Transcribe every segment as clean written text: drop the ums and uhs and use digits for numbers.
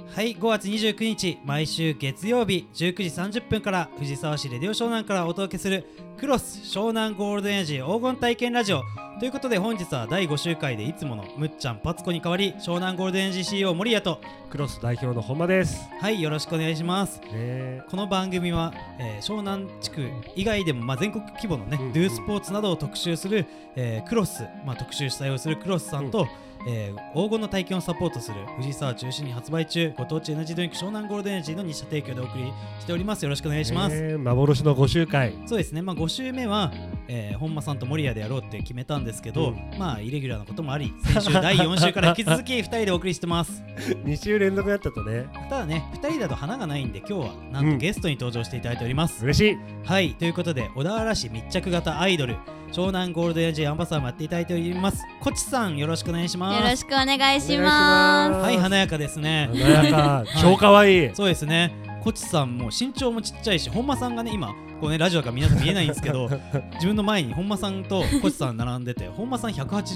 はい、5月29日毎週月曜日19時30分から藤沢市レディオ湘南からお届けするクロス湘南ゴールドエナジー黄金体験ラジオということで、本日は第5週回でいつものむっちゃんパツコに代わり湘南ゴールドエナジー CEO 森谷とクロス代表の本間です。 はい、よろしくお願いします。この番組は、湘南地区以外でも、全国規模のね、ドゥースポーツなどを特集する、クロス、特集主催をするクロスさんと、黄金の体験をサポートする藤沢中心に発売中ご当地エナジードリンク湘南ゴールドエナジーの2社提供でお送りしております。よろしくお願いします。 幻の5週回。 そうですね、5週目は、本間さんと守谷でやろうって決めたんですけど、イレギュラーなこともあり先週第4週から引き続き2人でお送りしてます 2週連続やったとね。 ただね、2人だと花がないんで今日はなんとゲストに登場していただいております、 嬉しい。 はい、ということで小田原市密着型アイドル湘南ゴールドエナジーアンバサダーもやっていただいておりますこちさん、よろしくお願いします。 よろしくお願いします。 はい、華やかですね。 華やか超かわいい。 そうですね、こちさんも身長もちっちゃいし、本間さんがね今こうねラジオが皆さん見えないんですけど自分の前に本間さんとこちさん並んでて、本間さん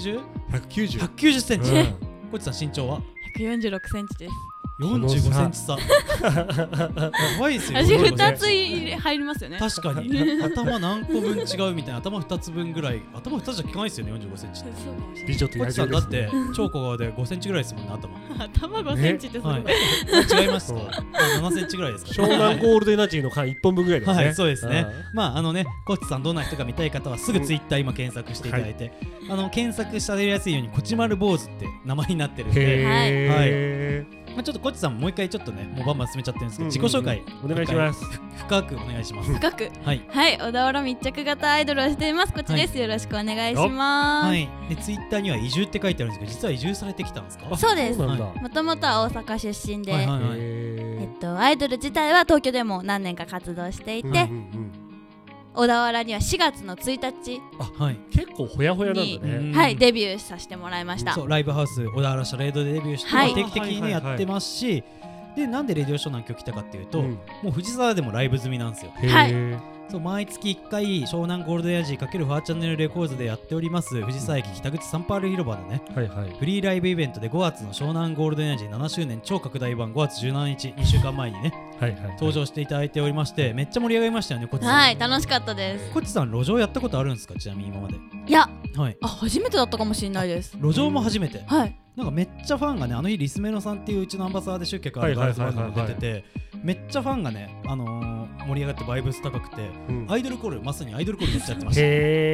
180、190センチ、こちさん身長は 146センチです。 45センチ差やばいですよ。 私2つ入りますよね。 確かに頭何個分違うみたいな、頭2つ分ぐらい、頭2つじゃ効かないですよね、45センチって。 美女と野こちさんだって超小顔で5センチぐらいですもんね、 頭5センチってすごい、 違いますか7センチぐらいですか。 湘南ゴールドエナジーの缶1本分ぐらいですね。 はい、そうですね。こちさんどんな人か見たい方はすぐツイッター今検索していただいて、検索されやすいようにこちまる坊主って名前になってるんで、ちょっとこちさんもう一回ちょっとね、もうバンバン進めちゃってるんですけど、自己紹介お願いします。 深くお願いします。 深く。 はい、 小田原密着型アイドルをしていますこちです。よろしくお願いします。 はい。でツイッターには移住って書いてあるんですけど、実は移住されてきたんですか。 そうです。 もともとは大阪出身で、アイドル自体は東京でも何年か活動していて、小田原には4月の1日結構ほやほやなんだね。 はい、デビューさせてもらいました。 そう、ライブハウス小田原シャレードでデビューして、定期的にねやってますし、でなんでレディオ湘南今日来たかっていうと、もう藤沢でもライブ済みなんですよ。そう、毎月1回湘南ゴールドエナジー×ファーチャンネルレコーズでやっております藤沢駅北口サンパール広場のね、フリーライブイベントで5月の湘南ゴールドエナジー7周年超拡大版5月17日2週間前にね登場していただいておりまして、めっちゃ盛り上がりましたよね、こちさん。 はい、楽しかったです。 こちさん路上やったことあるんですか、ちなみに今まで。 いや、 はい、 初めてだったかもしれないです。 路上も初めて。 はい。 なんかめっちゃファンがね、あの日リスメロさんっていううちのアンバサダーで集客あるガールズバンドも出てて、めっちゃファンがね、盛り上がってバイブス高くて、アイドルコール、まさにアイドルコールめっちゃやってました。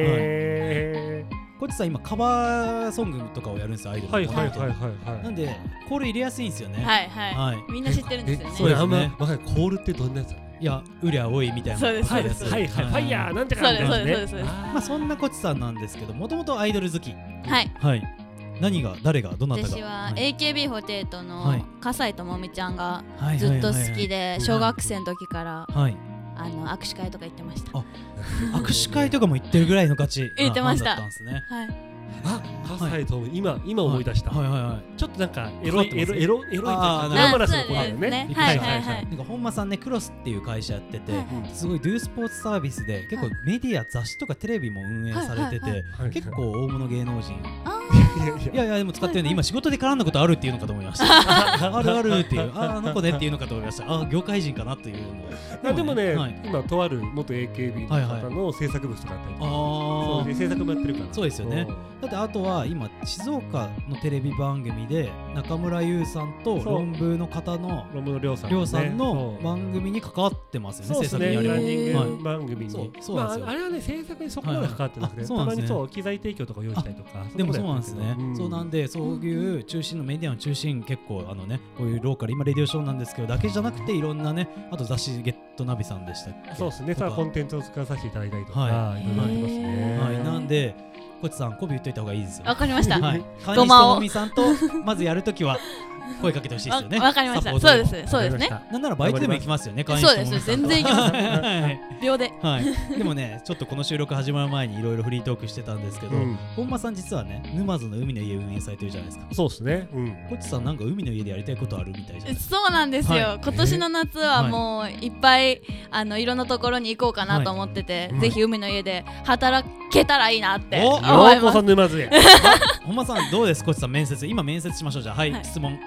こっちさん今カバーソングとかをやるんですよ、アイドルの。なんでコール入れやすいんですよね。みんな知ってるんですよね。 そうですね。 コールってどんなやつ？ いや、うりゃおいみたいな。 そうです。 ファイヤーなんて感じですね。 そんなこちさんなんですけど、もともとアイドル好き。 はい。 何が誰がどなたが。 私は AKB48 の笠井智美ちゃんがずっと好きで、小学生の時から握手会とか行ってました。 握手会とかも行ってるぐらいのガチ行ってました。 笠井智美、今思い出した。ちょっとなんかエロいグラマラスの子だよね。 なんか本間さんね、クロスっていう会社やってて、すごいドゥースポーツサービスで結構メディア、雑誌とかテレビも運営されてて、結構大物芸能人いやでも使ってるんで、今仕事で絡んだことあるっていうのかと思いました。あるあるっていう、あの子ねっていうのかと思いました。業界人かなっていうの。 でもね、今とある元 AKB の方の制作部とかあったりとか、制作もやってるから。 そうですよね。だってあとは今静岡のテレビ番組で中村優さんと論文の方の亮さんの番組に関わってますよね。制作にやるランニング番組に。あれはね、制作にそこまで関わってなくて、たまに機材提供とか用意したりとか。 でもそうなんですね。そうなんで、そういう中心のメディアの中心、結構こういうローカル、今レディオショーなんですけどだけじゃなくて、いろんなね、あと雑誌ゲットナビさんでしたっけ。 そうですね。コンテンツを使わさせていただいたりとか、いろいろやってますね。 なんでこちさん、媚び言っといた方がいいですよ。 わかりました。 川西智美さんとまずやるときは声かけてほしいですよね。 わかりました。そうですね。 なんならバイトでも行きますよね。 そうです。全然行きます。秒で。 でもね、ちょっとこの収録始まる前にいろいろフリートークしてたんですけど、本間さん実はね、沼津の海の家運営されてるじゃないですか。 そうですね。 こちさん、なんか海の家でやりたいことあるみたいじゃないですか。 そうなんですよ。今年の夏はもういっぱいいろんなところに行こうかなと思ってて、ぜひ海の家で働けたらいいなって思います。 ようこそ沼津へ。 本間さんどうです、こちさん面接、今面接しましょう。じゃあ質問あ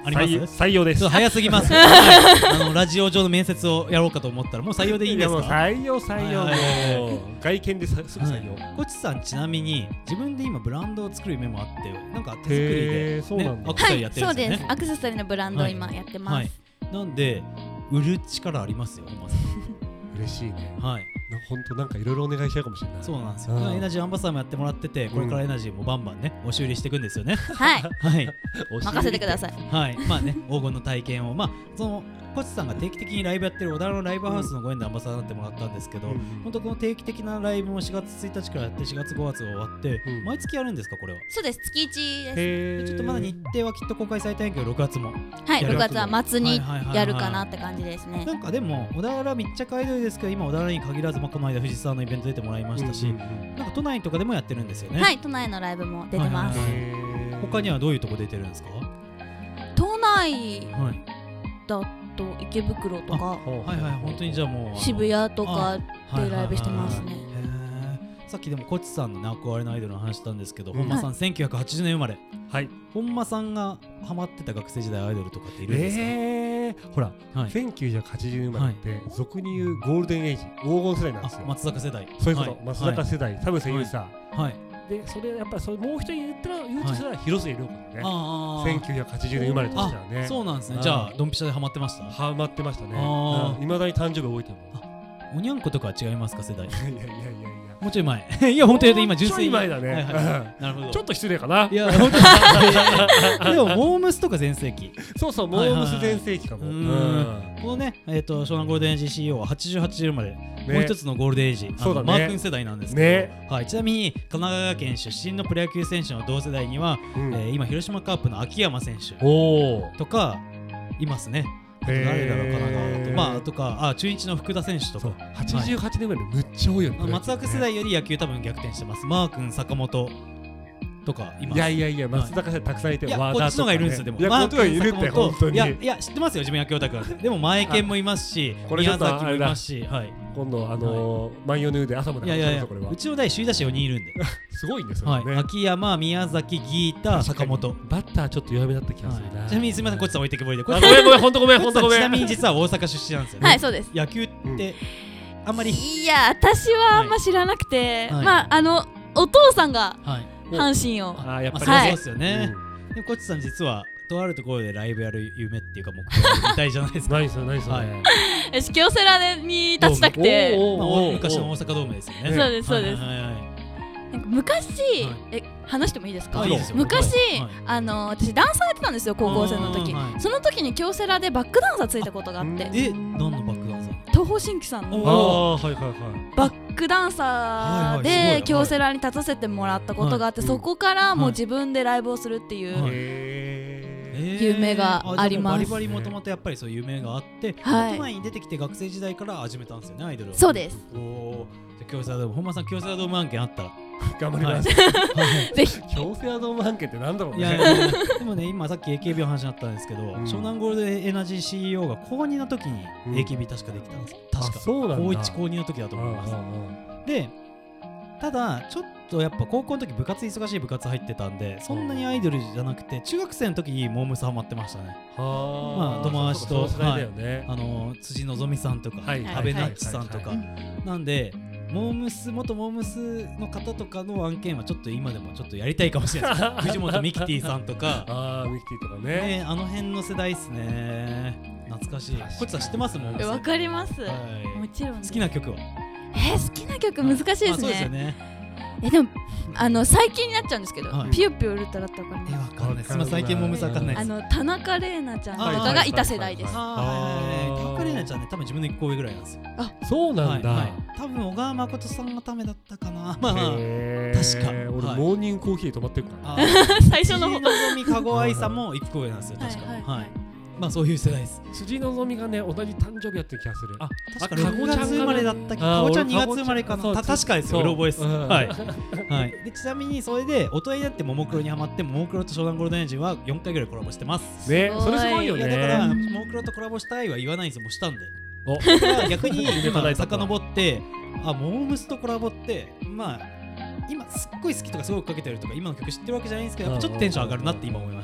あります採用です。 早すぎますラジオ上の面接をやろうかと思ったらもう採用でいいんですか？ 採用外見ですぐ採用。 コチさんちなみに自分で今ブランドを作る夢もあってなんか手作りでアクセサリーやってるんですよね。 そうです。アクセサリーのブランドを今やってます。 なんで売る力ありますよ。 嬉しいね。 はい。 本当なんかいろいろお願いしちゃうかもしれない。 そうなんですよ。エナジーアンバサダーもやってもらってて、これからエナジーもバンバンね押し売りしていくんですよね。 はい任せてください。 はい。まあね、黄金の体験をそのコチさんが定期的にライブやってる小田原のライブハウスのご縁でアンバサダーになってもらったんですけど、本当この定期的なライブも4月1日からやって4月5月が終わって毎月やるんですかこれは？ そうです。月1です。 ちょっとまだ日程はきっと公開されてないけど6月もはい6月は末にやるかなって感じですね。 なんかでも小田原密着アイドルですけど今小田原に限らずこの間藤沢のイベント出てもらいましたし、なんか都内とかでもやってるんですよね。 はい、都内のライブも出てます。 他にはどういうとこ出てるんですか？ 都内だと池袋とか、 本当にじゃあもう渋谷とかでライブしてますね。 さっきでもコチさんの憧れのアイドルの話したんですけど、本間さん1980年生まれ。本間さんがハマってた学生時代アイドルとかっているんですか？ ほら、1980年生まれって俗に言うゴールデンエイジ、黄金世代なんですよ。 松坂世代。 そういうこと、松坂世代、田臥勇さ。で、それやっぱりそれもう一人言うとしたら広末涼子だね。1980年生まれとしてはね。 そうなんですね。じゃあドンピシャでハマってました？ ハマってましたね。未だに誕生日覚えてるもん。 おにゃんことかは違いますか世代？ いやもうちょい前。いや本当に今純粋に前だね。 なるほど。 ちょっと失礼かな。 いや本当に。でもモームスとか全盛期。 そうモームス全盛期かも。 このね湘南ゴールデンエイジ CEO は88年生まれ。もう一つのゴールデンエイジ。マー君世代なんですけど。ちなみに神奈川県出身のプロ野球選手の同世代には今広島カープの秋山選手とかいますね。誰だろう神奈川だととか中日の福田選手とか 88年生まれむっちゃ多いよね。 松坂世代より野球多分逆転してます。マー君坂本とかいます。 いや松坂世代たくさんいて、 こっちのがいるんですよ。でもマー君いるって本当に。 いや知ってますよ自分野球オタクなんで。でも前健もいますし宮崎もいますし、 今度万葉ヌーで朝まで話しこれはうちの代首位打者4人いるんで。 すごいんですよね。 秋山、宮崎、ギータ、坂本。 バッターちょっと弱めだった気がするな。 ちなみにすみません、こっちさん置いてけぼりで。 ごめん、本当ごめん。 ちなみに実は大阪出身なんですよね。 はい、そうです。 野球ってあんまり。 いや、私はあんま知らなくて、お父さんが阪神を。 やっぱりそうですよね。でもこっちさん実はとあるところでライブやる夢っていうか目標みたいじゃないですか。 ないです。 京セラに立ちたくて。 昔の大阪ドームですよね。 そうです。昔話してもいいですか？昔私ダンサーやってたんですよ高校生の時。その時に京セラでバックダンサーついたことがあって。 何のバックダンサー？ 東方神起さんのバックダンサーで京セラに立たせてもらったことがあって、そこからもう自分でライブをするっていう夢があります。 バリバリもともとやっぱりそういう夢があって、都内に出てきて学生時代から始めたんですよねアイドル。 そうです。 京セラドーム、本間さん京セラドーム案件あったら頑張ります。 ぜひ。 京セラドーム案件ってなんだろうね。 でもね今さっき AKB の話になったんですけど、湘南ゴールデンエナジー CEO が高2の時に AKB 確かできたんですよ。確か高1高2の時だと思います。でただちょっとやっぱ高校の時忙しい部活入ってたんでそんなにアイドルじゃなくて中学生の時にモームスハマってましたね。友達と辻希美さんとか阿部ナッチさんとかなんで元モームスの方とかの案件はちょっと今でもちょっとやりたいかもしれないです。藤本ミキティさんとかミキティとかね、 あの辺の世代ですね。懐かしい。こっちは知ってますもん。 わかります。もちろん。 好きな曲は？ 好きな曲難しいですね。 そうですよね。 でも最近になっちゃゃうんですけど、ピヨピヨウルトラってわかります？ わかんない。すみません、最近もむさわかんないです。 田中玲奈ちゃんとかがいた世代です。 田中玲奈ちゃんね、多分自分の1個上ぐらいなんですよ。 あ、そうなんだ。 多分小川誠さんのためだったかな。まあ確か。 俺モーニングコーヒー止まってるから。 最初の方。 辻希美加護愛さんも1個上なんですよ。確か。はい。まあそういう世代です。 辻希美がね同じ誕生日やってる気がする。 あ、確か6月生まれだったっけ。かごちゃん2月生まれかな。確かですよ。うろ覚えです。はいはい。でちなみにそれで大人になってももクロにハマってももクロと湘南ゴールデンエイジは4回ぐらいコラボしてます。 ね、それすごいよね。 だからもクロとコラボしたいは言わないんですよ。もうしたんで。逆に今遡ってモームスとコラボってまあ今すっごい好きとかすごくかけてるとか今の曲知ってるわけじゃないんですけどちょっとテンション上がるなって今思いました。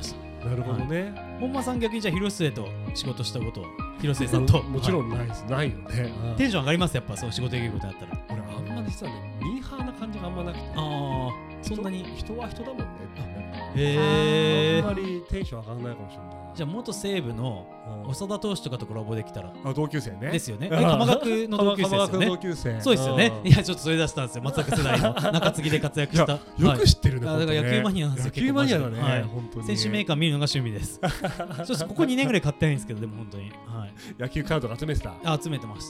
なるほどね。 本間さん逆にじゃあ広末と仕事したことは広末さんともちろんないです、ないよね。 テンション上がりますやっぱそう仕事できることだったら。 俺あんま実はねミーハーな感じがあんまなくて。 そんなに人は人だもんね。 へえ。 あんまりテンション上がらないかもしれない。 じゃあ元西武の長田投手とかとコラボできたら。 同級生ね。 ですよね。鎌学の同級生ですよね。 同級生。 そうですよね。いやちょっとそれ出したんですよ。松坂世代の中継ぎで活躍した。よく知ってるね。 だから野球マニアなんですよ。 野球マニアだね。本当に。 選手メーカー見るのが趣味です。そうです。ここ2年ぐらい買ってないんですけどでも本当に。 野球カード集めてた。 集めてました。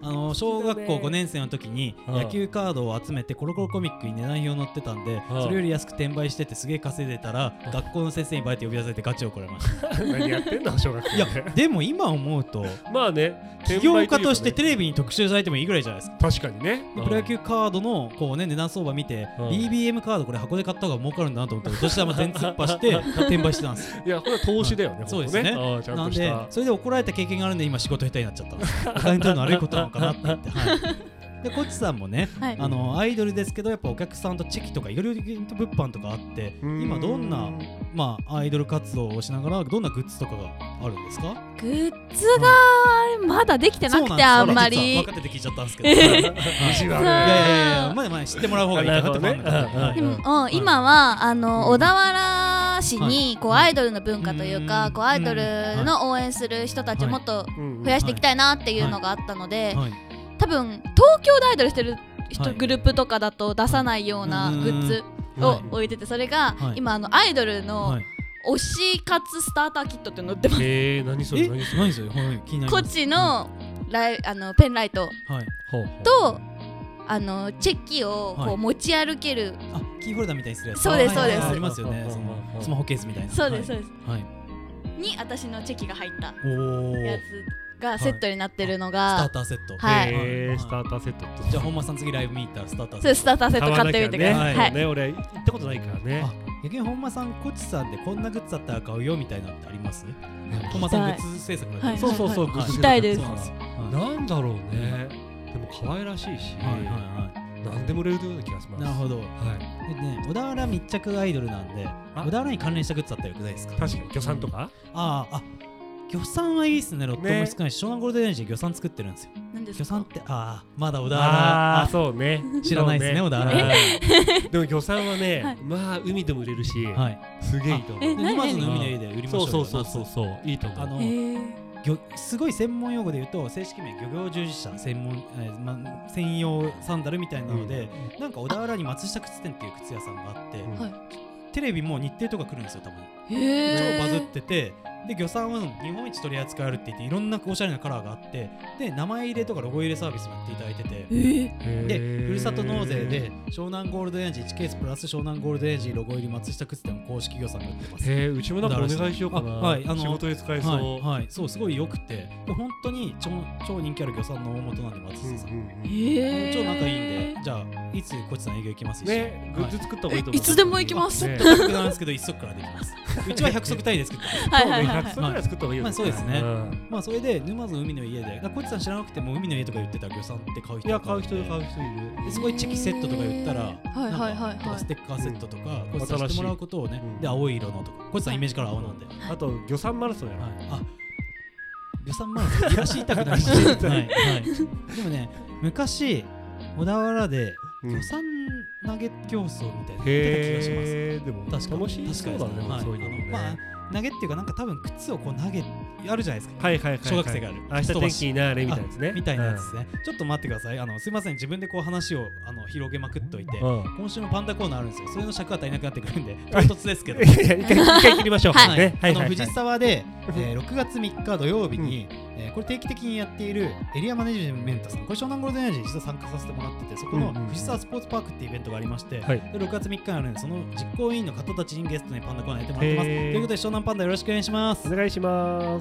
小学校5年生の時に野球カードを集めてコロコロコミックに値段表載ってたんで、それより安く転売しててすげえ稼いでたら学校の先生にバイト呼び出されてガチ怒られました。 何やってんの小学校。 いやでも今思うとまあね起業家としてテレビに特集されてもいいぐらいじゃないですか。 確かにね。 プロ野球カードのこうね値段相場見て BBM カードこれ箱で買った方が儲かるんだなと思ってお年玉全突破して転売してたんですよ。 いやこれは投資だよね。 そうですね。なんでそれで怒られた経験があるんで今仕事下手になっちゃったんです。お金取るの悪いことなのかなって言って。でコチさんもね、アイドルですけどやっぱお客さんとチェキとかいろいろ物販とかあって今どんなアイドル活動をしながらどんなグッズとかがあるんですか？ グッズがまだできてなくてあんまり分かってて聞いちゃったんですけど。いやまだ知ってもらう方がいいかなと思うんだけど。 でも今は小田原市にこうアイドルの文化というかこうアイドルの応援する人たちをもっと増やしていきたいなっていうのがあったので。多分東京でアイドルしてる人、グループとかだと出さないようなグッズを置いててそれが今アイドルの推し活スターターキットっての売ってます。 何それ何それコチのペンライトとチェキをこう持ち歩けるキーホルダーみたいにするやつ。 そうですそうです。 ありますよね。スマホケースみたいな。 そうですそうです。に私のチェキが入ったやつがセットになってるのがスターターセット。 スターターセットって。 じゃあ本間さん次ライブ見に行ったらスターターセット。 そうスターターセット買ってみてください。 ね俺行ったことないからね。 逆に本間さんコチさんでこんなグッズだったら買うよみたいなのってあります？本間さんグッズ制作のそうそうそう聞きたいです。 なんだろうね。でも可愛らしいし何でも売れるような気がします。 なるほど。でね小田原密着アイドルなんで小田原に関連したグッズあったらよくないですか？ 確かに魚産とか。 魚産はいいっすね。ロットも少ないし湘南ゴールデンエナジー魚産作ってるんですよ。魚産ってまだ小田原そうね知らないですね小田原。 でも魚産はねまあ海でも売れるしすげえいいと思う。 沼津の海の家で売りましょう。 そういいと思う。 すごい専門用語で言うと正式名漁業従事者専用サンダルみたいなのでなんか小田原に松下靴店っていう靴屋さんがあってテレビも日程とか来るんですよたまに。超バズっててで魚産は日本一取り扱いあるって言っていろんなおしゃれなカラーがあってで名前入れとかロゴ入れサービスもやっていただいててでふるさと納税で湘南ゴールドエナジー1ケースプラス湘南ゴールドエナジーロゴ入り松下靴店の公式魚産が売ってます。 うちもなんかお願いしようかな。仕事で使えそう。 そうすごい良くて本当に超人気ある魚産の大元なんで松下さん超仲いいんでじゃあいつこちさん営業行きますしねグッズ作った方がいいと思う。 いつでも行きます。 100なんですけど1足からできます。うちは100足単位で作ってます。 100足ぐらい作った方がいいよね。 そうですね。それで沼津の海の家でこちさん知らなくても海の家とか言ってたら魚産って買う人いる。すごいチェキセットとか言ったらステッカーセットとかこちさんしてもらうことをねで青い色のとかこちさんイメージから青なんであと魚産マラソンやな。 魚産マラソンいらしいたくなるしでもね昔小田原で魚産投げ競争みたいな気がします。 でも確か楽しいそうだね。そういうのね。 投げっていうかなんか多分靴をこう投げあるじゃないですか。小学生がある。 明日天気になれみたいなですね。 みたいなやつですね。ちょっと待ってください。すいません自分でこう話を広げまくっといて今週のパンダコーナーあるんですよ。それの尺が足りなくなってくるんで唐突ですけど。 一回切りましょう。 藤沢で6月3日土曜日にこれ定期的にやっているエリアマネジメントさんこれ湘南ゴールデンエナジーに実は参加させてもらっててそこの藤沢スポーツパークっていうイベントがありまして6月3日にあるんでその実行委員の方たちにゲストにパンダコーナーやってもらってます。ということで湘南パンダよろしくお願いします。 お願いします。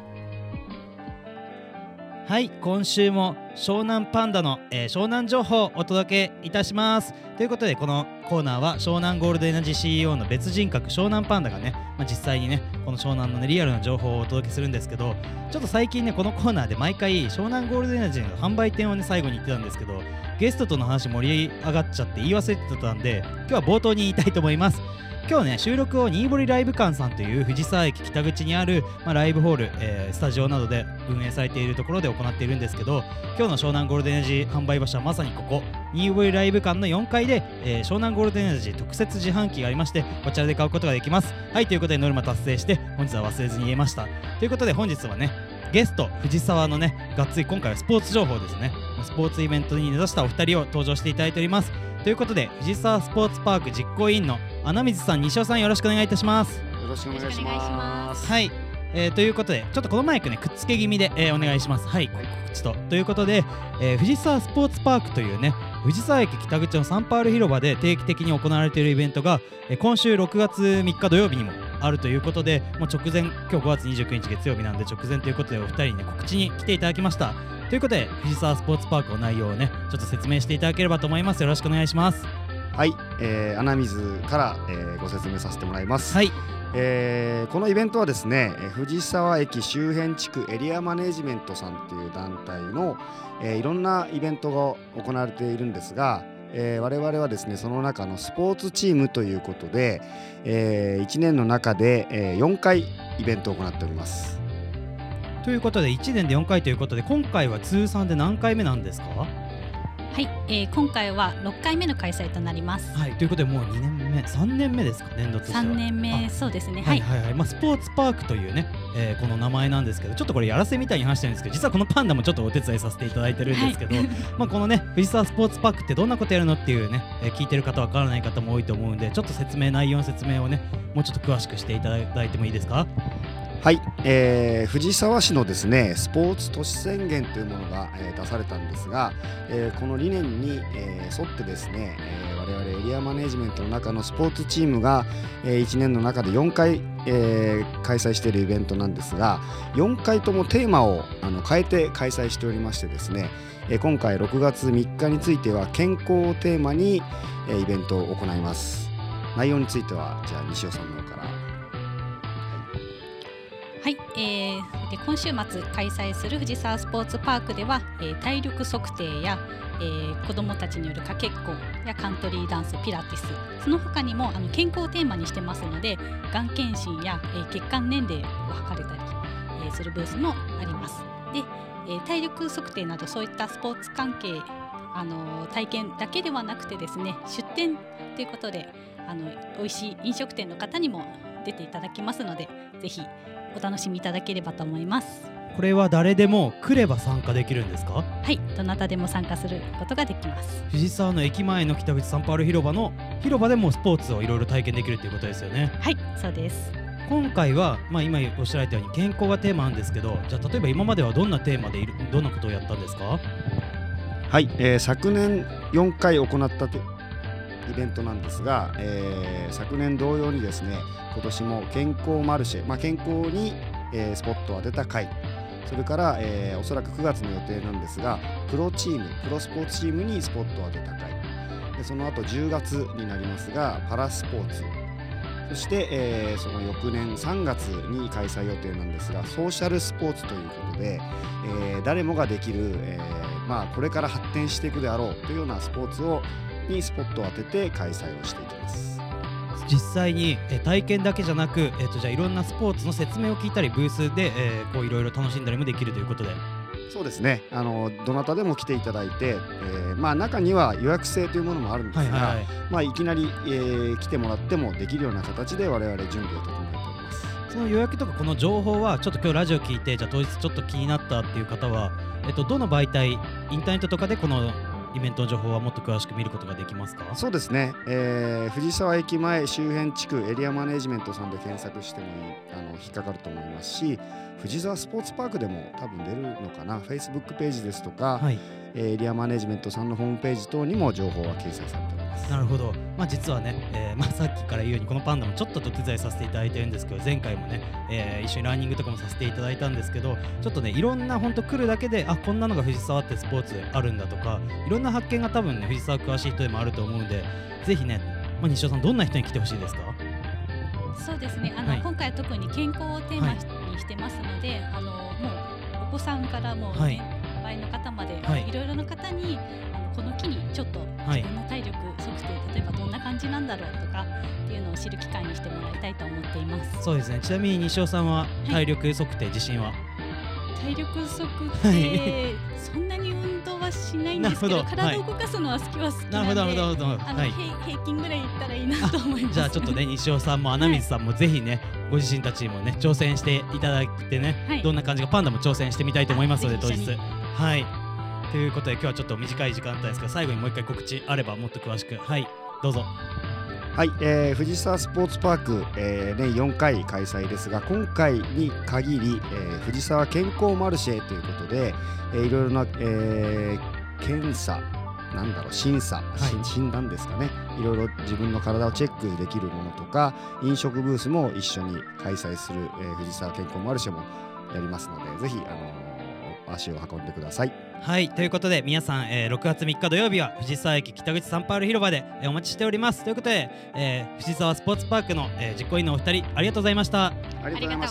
はい今週も湘南パンダの、湘南情報をお届けいたします。ということでこのコーナーは湘南ゴールドエナジー CEO の別人格湘南パンダがね、実際にねこの湘南の、ね、リアルな情報をお届けするんですけどちょっと最近ねこのコーナーで毎回湘南ゴールドエナジーの販売店をね最後に言ってたんですけどゲストとの話盛り上がっちゃって言い忘れてたんで今日は冒頭に言いたいと思います。 今日ね収録を新堀ライブ館さんという藤沢駅北口にある、ライブホール、スタジオなどで運営されているところで行っているんですけど、今日の湘南ゴールデンエナジー販売場所はまさにここ新堀ライブ館の4階で、湘南ゴールデンエナジー特設自販機がありまして、こちらで買うことができます。はい、ということでノルマ達成して本日は忘れずに言えました。ということで本日はねゲスト藤沢のねがっつり今回はスポーツ情報ですね、スポーツイベントに根ざしたお二人を登場していただいております。ということで藤沢スポーツパーク実行委員の穴水さん、西尾さん、よろしくお願いいたします。 よろしくお願いします。 はい、ということでちょっとこのマイクねくっつけ気味で、お願いします。はい、告知ということで、藤沢スポーツパークというね藤沢駅北口のサンパウロ広場で定期的に行われているイベントが、今週6月3日土曜日にもあるということで、もう直前、今日5月29日月曜日なんで直前ということでお二人にね告知に来ていただきました。ということで藤沢スポーツパークの内容をねちょっと説明していただければと思います。よろしくお願いします。 はい、穴水から、ご説明させてもらいます。 はい、 このイベントはですね藤沢駅周辺地区エリアマネジメントさんという団体の、いろんなイベントが行われているんですが、我々はですねその中のスポーツチームということで、1年の中で、4回イベントを行っております。 ということで1年で4回ということで、今回は通算で何回目なんですか？ はい、今回は6回目の開催となります。 はい、ということでもう2年目3年目ですか、年度としては。 3年目、そうですね。 はいはいはい、スポーツパークというね、この名前なんですけど、ちょっとこれやらせみたいに話してるんですけど、実はこのパンダもちょっとお手伝いさせていただいてるんですけど、はい、このね藤沢スポーツパークってどんなことやるのっていうね、聞いてる方わからない方も多いと思うんで、ちょっと内容の説明をねもうちょっと詳しくしていただいてもいいですか？ はい、藤沢市のですねスポーツ都市宣言というものが、出されたんですが、この理念に、沿ってですね、我々エリアマネジメントの中のスポーツチームが、1年の中で4回、開催しているイベントなんですが、4回ともテーマを変えて開催しておりましてですね、今回6月3日については健康をテーマに、イベントを行います。内容についてはじゃあ西尾さんの方から。 はい、で今週末開催する藤沢スポーツパークでは、体力測定や、子どもたちによるかけっこやカントリーダンス、ピラティス、その他にも健康をテーマにしてますので、がん検診や、血管年齢を測れたり、するブースもあります。で、体力測定などそういったスポーツ関係体験だけではなくてですね、出店ということで美味しい飲食店の方にも出ていただきますので、ぜひお楽しみいただければと思います。 これは誰でも来れば参加できるんですか？ はい、どなたでも参加することができます。 藤沢の駅前の北口サンパウロ広場でもスポーツをいろいろ体験できるということですよね。 はい、そうです。 今回は、今おっしゃられたように健康がテーマなんですけど、じゃあ例えば今まではどんなテーマでどんなことをやったんですか？ はい、昨年4回行ったイベントなんですが、昨年同様にですね今年も健康マルシェ、健康に、スポットを当てた回、それから、おそらく9月の予定なんですがプロスポーツチームにスポットを当てた回で、その後10月になりますがパラスポーツ、そして、その翌年3月に開催予定なんですがソーシャルスポーツということで、誰もができる、これから発展していくであろうというようなスポーツにスポットを当てて開催をしていきます。 実際に体験だけじゃなく、じゃあいろんなスポーツの説明を聞いたりブースでこういろいろ楽しんだりもできるということで。 そうですね、どなたでも来ていただいて、中には予約制というものもあるんですが、いきなり、来てもらってもできるような形で我々準備を整えております。 その予約とかこの情報はちょっと今日ラジオ聞いて、じゃあ当日ちょっと気になったっていう方は、どの媒体、インターネットとかでこのイベントの情報はもっと詳しく見ることができますか？ そうですね、藤沢駅前周辺地区エリアマネジメントさんで検索しても引っかかると思いますし、藤沢スポーツパークでも多分出るのかな、 Facebook ページですとか、エリアマネジメントさんのホームページ等にも情報は掲載されております。 なるほど、実はね、さっきから言うようにこのパンダもちょっと手伝いさせていただいてるんですけど、前回もね、一緒にランニングとかもさせていただいたんですけど、ちょっとねいろんな本当来るだけでこんなのが藤沢ってスポーツあるんだとか、いろんな発見が多分ね藤沢詳しい人でもあると思うんで、ぜひね、西尾さんどんな人に来てほしいですか？ そうですね、今回は特に健康をテーマにしてますので、もうお子さんからもう、 輩の方まで、いろいろな方にこの機にちょっと自分の体力測定、例えばどんな感じなんだろうとかっていうのを知る機会にしてもらいたいと思っています。 そうですね。ちなみに西尾さんは体力測定自信は？ 体力測定、そんなに運動はしないんですけど、体を動かすのは好きは好きなんで、平均ぐらいいったらいいなと思います。 じゃあちょっとね、西尾さんも穴水さんもぜひね、ご自身たちにもね挑戦していただいてね、どんな感じかパンダも挑戦してみたいと思いますので、当日はい。ということで今日はちょっと短い時間帯ですけど、最後にもう一回告知あればもっと詳しくどうぞ。 はい、藤沢スポーツパーク、年4回開催ですが、今回に限り、藤沢健康マルシェということで、いろいろな、検査審査、診断ですかね、いろいろ自分の体をチェックできるものとか、飲食ブースも一緒に開催する、藤沢健康マルシェもやりますので、ぜひ足を運んでください。 はい、ということで皆さん、6月3日土曜日は藤沢駅北口サンパウロ広場で、お待ちしております。ということで、藤沢スポーツパークの、実行委員のお二人ありがとうございました。 ありがとうございました。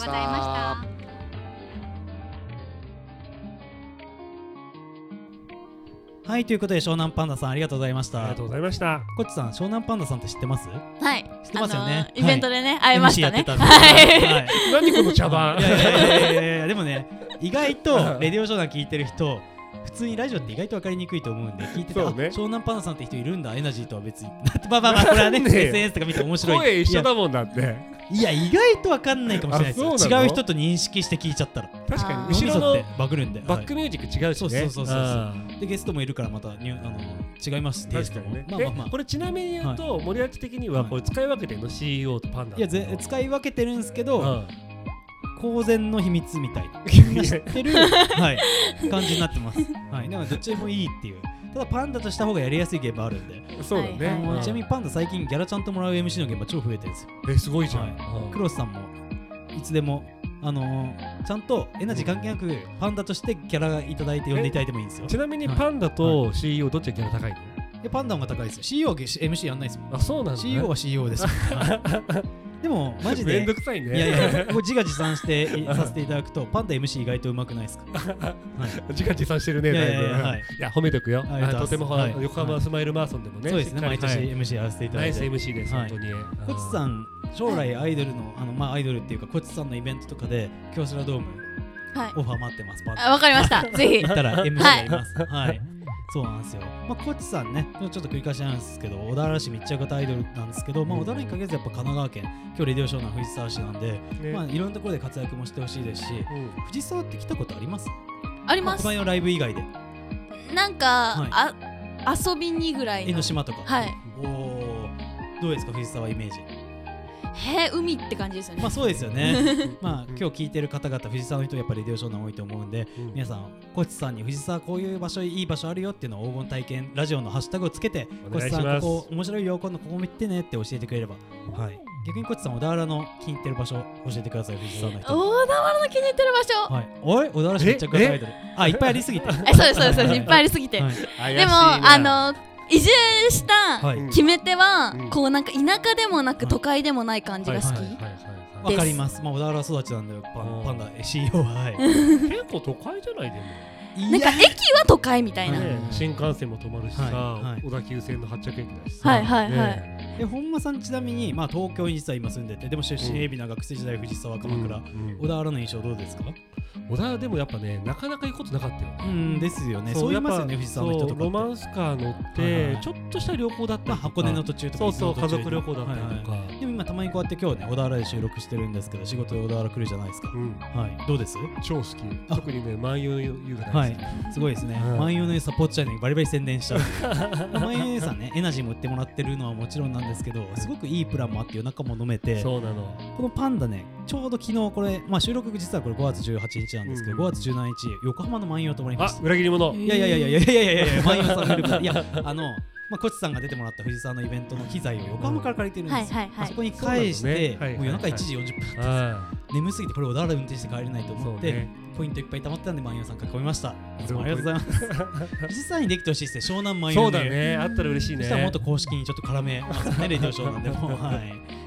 はい、ということで湘南パンダさんありがとうございました。 ありがとうございました。 こっちさん、湘南パンダさんって知ってます？ はい、 知ってますよね。 イベントでね、会いましたね。 何この茶番。 いやでもね、意外とレディオ湘南聞いてる人、普通にラジオって意外と分かりにくいと思うんで、聞いてて、湘南パンダさんって人いるんだ、エナジーとは別に。まあこれはね、SNS とか見て面白い。 声一緒だもんだって。 いや、意外と分かんないかもしれないですよ。違う人と認識して聞いちゃったら。 確かに後ろのバグるんで、 バックミュージック違うしね。 そうで、ゲストもいるからまた違います。 確かにね。これちなみに言うと、森脇的にはこれ使い分けてるの CEO とパンダ。 いや、使い分けてるんですけど、公然の秘密みたいな知ってる感じになってます。はい、だからどっちでもいいっていう。ただパンダとした方がやりやすい現場あるんで。 そうだね。 ちなみにパンダ最近ギャラちゃんともらう MC の現場超増えてるんですよ。すごいじゃん。 クロスさんもいつでもちゃんとエナジー関係なくパンダとしてギャラいただいて呼んでいただいてもいいんですよ。 ちなみにパンダと CEO どっちがギャラ高いの？ パンダの方が高いですよ。 CEO は MC やんないですもん。 あ、そうなんだね。 CEO は CEO ですでもマジでめんどくさいね。 いや自画自賛してさせていただくと、パンダ MC 意外とうまくないですか？ 自画自賛してるね。いや、褒めとくよ。とても横浜スマイルマラソンでもね、 そうですね、毎年 MC やらせていただいて、 ナイス MC です。本当にコチさん、将来アイドルのアイドルっていうかコチさんのイベントとかで京セラドームオファー待ってます。 わかりました。ぜひ行ったら MC やります。はい、そうなんですよ。コチさんね、ちょっと繰り返しなんですけど、小田原市密着型アイドルなんですけど、小田原に限らずやっぱ神奈川県、今日レディオ湘南藤沢市なんで、いろんなところで活躍もしてほしいですし、藤沢って来たことあります？ あります。 前のライブ以外で。 なんか遊びにぐらいの。 江ノ島とか。 はい。 どうですか藤沢イメージ？ 海って感じですよね。 そうですよね。今日聞いてる方々、藤沢の人やっぱりレディオ湘南多いと思うんで、皆さんコチさんに藤沢こういう場所いい場所あるよっていうのを黄金体験ラジオのハッシュタグをつけて、コチさんここ面白いよ、今度ここ見てねって教えてくれれば、逆にコチさん小田原の気に入ってる場所教えてください。藤沢の人。 小田原の気に入ってる場所。 おい、小田原市密着型アイドル。いっぱいありすぎて。 そうですいっぱいありすぎて。でも移住した決め手は、こうなんか田舎でもなく都会でもない感じが好き。 わかります。小田原育ちなんだよ、パンダ CEO は。 結構都会じゃないでも。 なんか駅は都会みたいな。 新幹線も止まるしさ、小田急線の発着駅だしさ。 で本間さんちなみに東京に実は今住んでて、でも出身海老名、学生時代藤沢鎌倉、小田原の印象どうですか？ 小田原でもやっぱね、なかなか行くことなかったよね。 ですよね。そう言いますよね、藤沢の人とか。 ロマンスカー乗ってちょっとした旅行だったり、 箱根の途中とか、 そう家族旅行だったりとか。 でも今たまにこうやって今日ね小田原で収録してるんですけど、仕事で小田原来るじゃないですか。どうです？ 超好き。特にね、万有湯が大好き。すごいですね。万有の湯サポートチャンネルにバリバリ宣伝しちゃう。万有の湯さんね、エナジーも売ってもらってるのはもちろんなんですけど、すごくいいプランもあって夜中も飲めて。 そうなの。 このパンダね、ちょうど昨日これ収録実はこれ5月18日なんですけど、5月17日横浜の万有を泊まりました。 裏切り者。 いや万有さんのグループ。いやコチさんが出てもらった藤沢のイベントの機材を横浜から借りてるんですよ。そこに返してもう夜中1時40分眠すぎてこれ小田原運転して帰れないと思ってポイントいっぱい溜まってたんで万有さん書き込みました。いつもありがとうございます。藤沢にできてほしいですね、湘南万有。 そうだね、あったら嬉しいね。 そしたらもっと公式にちょっと絡めますね、レディオ湘南でも。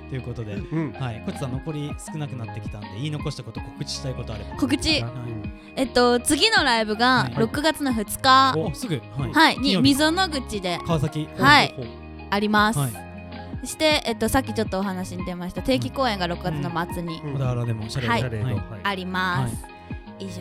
ということで、はい、こちさん残り少なくなってきたんで言い残したこと告知したいことあれば。 告知、次のライブが6月の2日、 すぐに溝の口で川崎あります。そしてさっきちょっとお話に出ました定期公演が6月の末に小田原でもあります。以上です。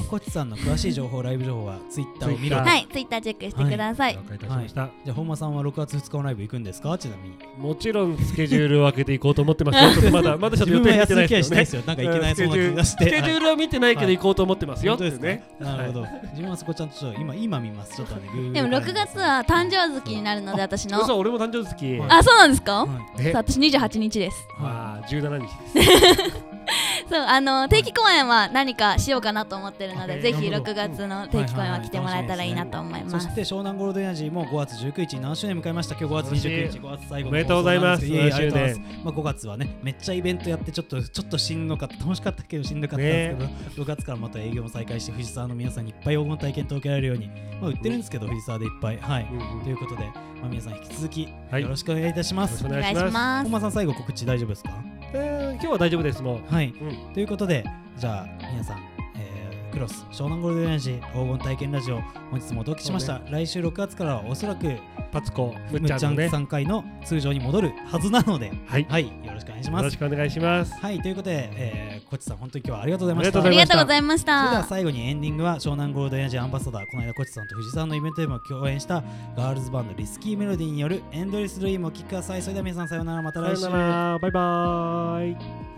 こちさんの詳しい情報、ライブ情報はツイッターを見ろ。 はい、ツイッターチェックしてください。 了解いたしました。 じゃあ本間さんは6月2日のライブ行くんですか？ちなみに。 もちろんスケジュールを開けていこうと思ってますよ。まだちょっと予定見てないですよね。 なんか行けないそうな気がして。 スケジュールは見てないけど行こうと思ってますよ。 なるほど。自分はそこちゃんと今見ます。ちょっとね。 でも6月は誕生月になるので私の。 そう、俺も誕生月。 あ、そうなんですか？私28日です。 17日です。 そう定期公演は何かしようかなと思ってるので、ぜひ6月の定期公演は来てもらえたらいいなと思います。 そして湘南ゴールドエナジーも5月19日何周年迎えました。今日5月29日、5月最後のおめでとうございます。 5月はねめっちゃイベントやってちょっとしんどかった、楽しかったけどしんどかったんですけど、6月からまた営業も再開して藤沢の皆さんにいっぱい黄金体験と受けられるように、売ってるんですけど藤沢でいっぱいということで皆さん引き続きよろしくお願いいたします。 お願いします。 本間さん最後告知大丈夫ですか？ 今日は大丈夫ですもう。 はい、ということでじゃあ皆さん、クロス湘南ゴールドエナジー黄金体験ラジオ本日もお届けしました。来週6月からはおそらくパツコむっちゃん3回の通常に戻るはずなので、はい、よろしくお願いします。 よろしくお願いします。 はい、ということで、こっちさん本当に今日はありがとうございました。 ありがとうございました。 それでは最後にエンディングは湘南ゴールドエナジーアンバサダー、この間こっちさんと藤沢のイベントでも共演したガールズバンドリスキーメロディーによるエンドレスドリームを聴くください。それでは皆さんさようなら、また来週。 さようなら、バイバーイ。